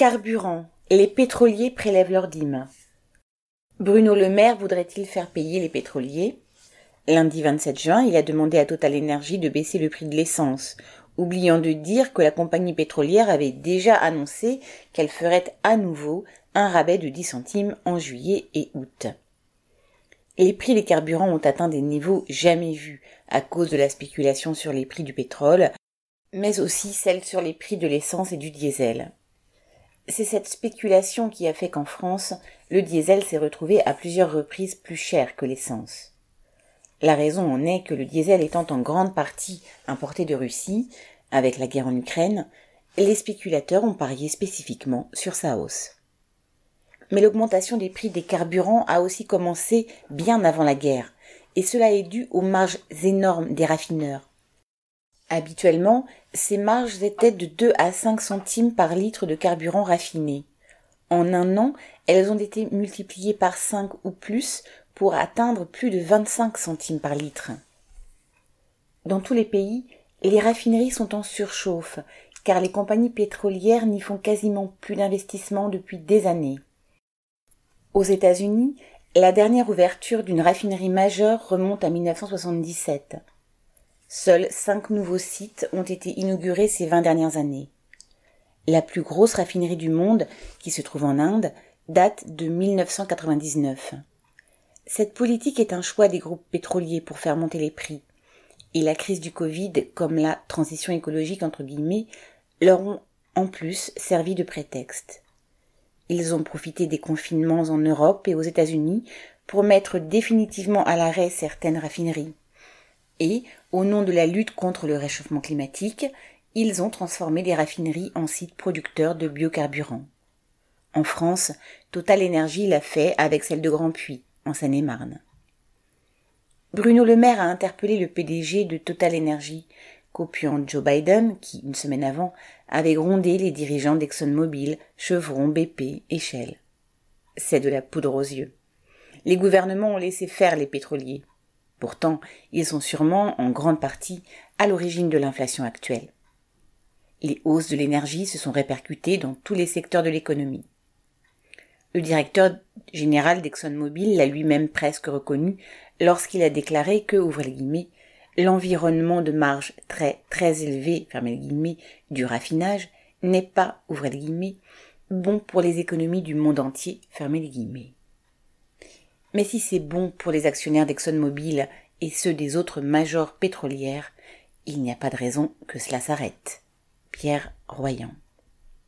Carburant. Les pétroliers prélèvent leurs dîmes. Bruno Le Maire voudrait-il faire payer les pétroliers ? Lundi 27 juin, il a demandé à Total Energy de baisser le prix de l'essence, oubliant de dire que la compagnie pétrolière avait déjà annoncé qu'elle ferait à nouveau un rabais de 10 centimes en juillet et août. Les prix des carburants ont atteint des niveaux jamais vus à cause de la spéculation sur les prix du pétrole, mais aussi celle sur les prix de l'essence et du diesel. C'est cette spéculation qui a fait qu'en France, le diesel s'est retrouvé à plusieurs reprises plus cher que l'essence. La raison en est que le diesel étant en grande partie importé de Russie, avec la guerre en Ukraine, les spéculateurs ont parié spécifiquement sur sa hausse. Mais l'augmentation des prix des carburants a aussi commencé bien avant la guerre, et cela est dû aux marges énormes des raffineurs. Habituellement, ces marges étaient de 2 à 5 centimes par litre de carburant raffiné. En un an, elles ont été multipliées par 5 ou plus pour atteindre plus de 25 centimes par litre. Dans tous les pays, les raffineries sont en surchauffe, car les compagnies pétrolières n'y font quasiment plus d'investissement depuis des années. Aux États-Unis, la dernière ouverture d'une raffinerie majeure remonte à 1977. Seuls 5 nouveaux sites ont été inaugurés ces 20 dernières années. La plus grosse raffinerie du monde, qui se trouve en Inde, date de 1999. Cette politique est un choix des groupes pétroliers pour faire monter les prix. Et la crise du Covid, comme la transition écologique entre guillemets, leur ont en plus servi de prétexte. Ils ont profité des confinements en Europe et aux États-Unis pour mettre définitivement à l'arrêt certaines raffineries. Et, au nom de la lutte contre le réchauffement climatique, ils ont transformé les raffineries en sites producteurs de biocarburants. En France, Total Energy l'a fait avec celle de Grandpuits, en Seine-et-Marne. Bruno Le Maire a interpellé le PDG de Total Energy, copiant Joe Biden, qui, une semaine avant, avait grondé les dirigeants d'ExxonMobil, Chevron, BP et Shell. C'est de la poudre aux yeux. Les gouvernements ont laissé faire les pétroliers. Pourtant, ils sont sûrement, en grande partie, à l'origine de l'inflation actuelle. Les hausses de l'énergie se sont répercutées dans tous les secteurs de l'économie. Le directeur général d'ExxonMobil l'a lui-même presque reconnu lorsqu'il a déclaré que, ouvrez les guillemets, l'environnement de marge très élevé, fermez les guillemets, du raffinage n'est pas, ouvrez les guillemets, bon pour les économies du monde entier, fermez les guillemets. Mais si c'est bon pour les actionnaires d'ExxonMobil et ceux des autres majors pétrolières, il n'y a pas de raison que cela s'arrête. Pierre Royan.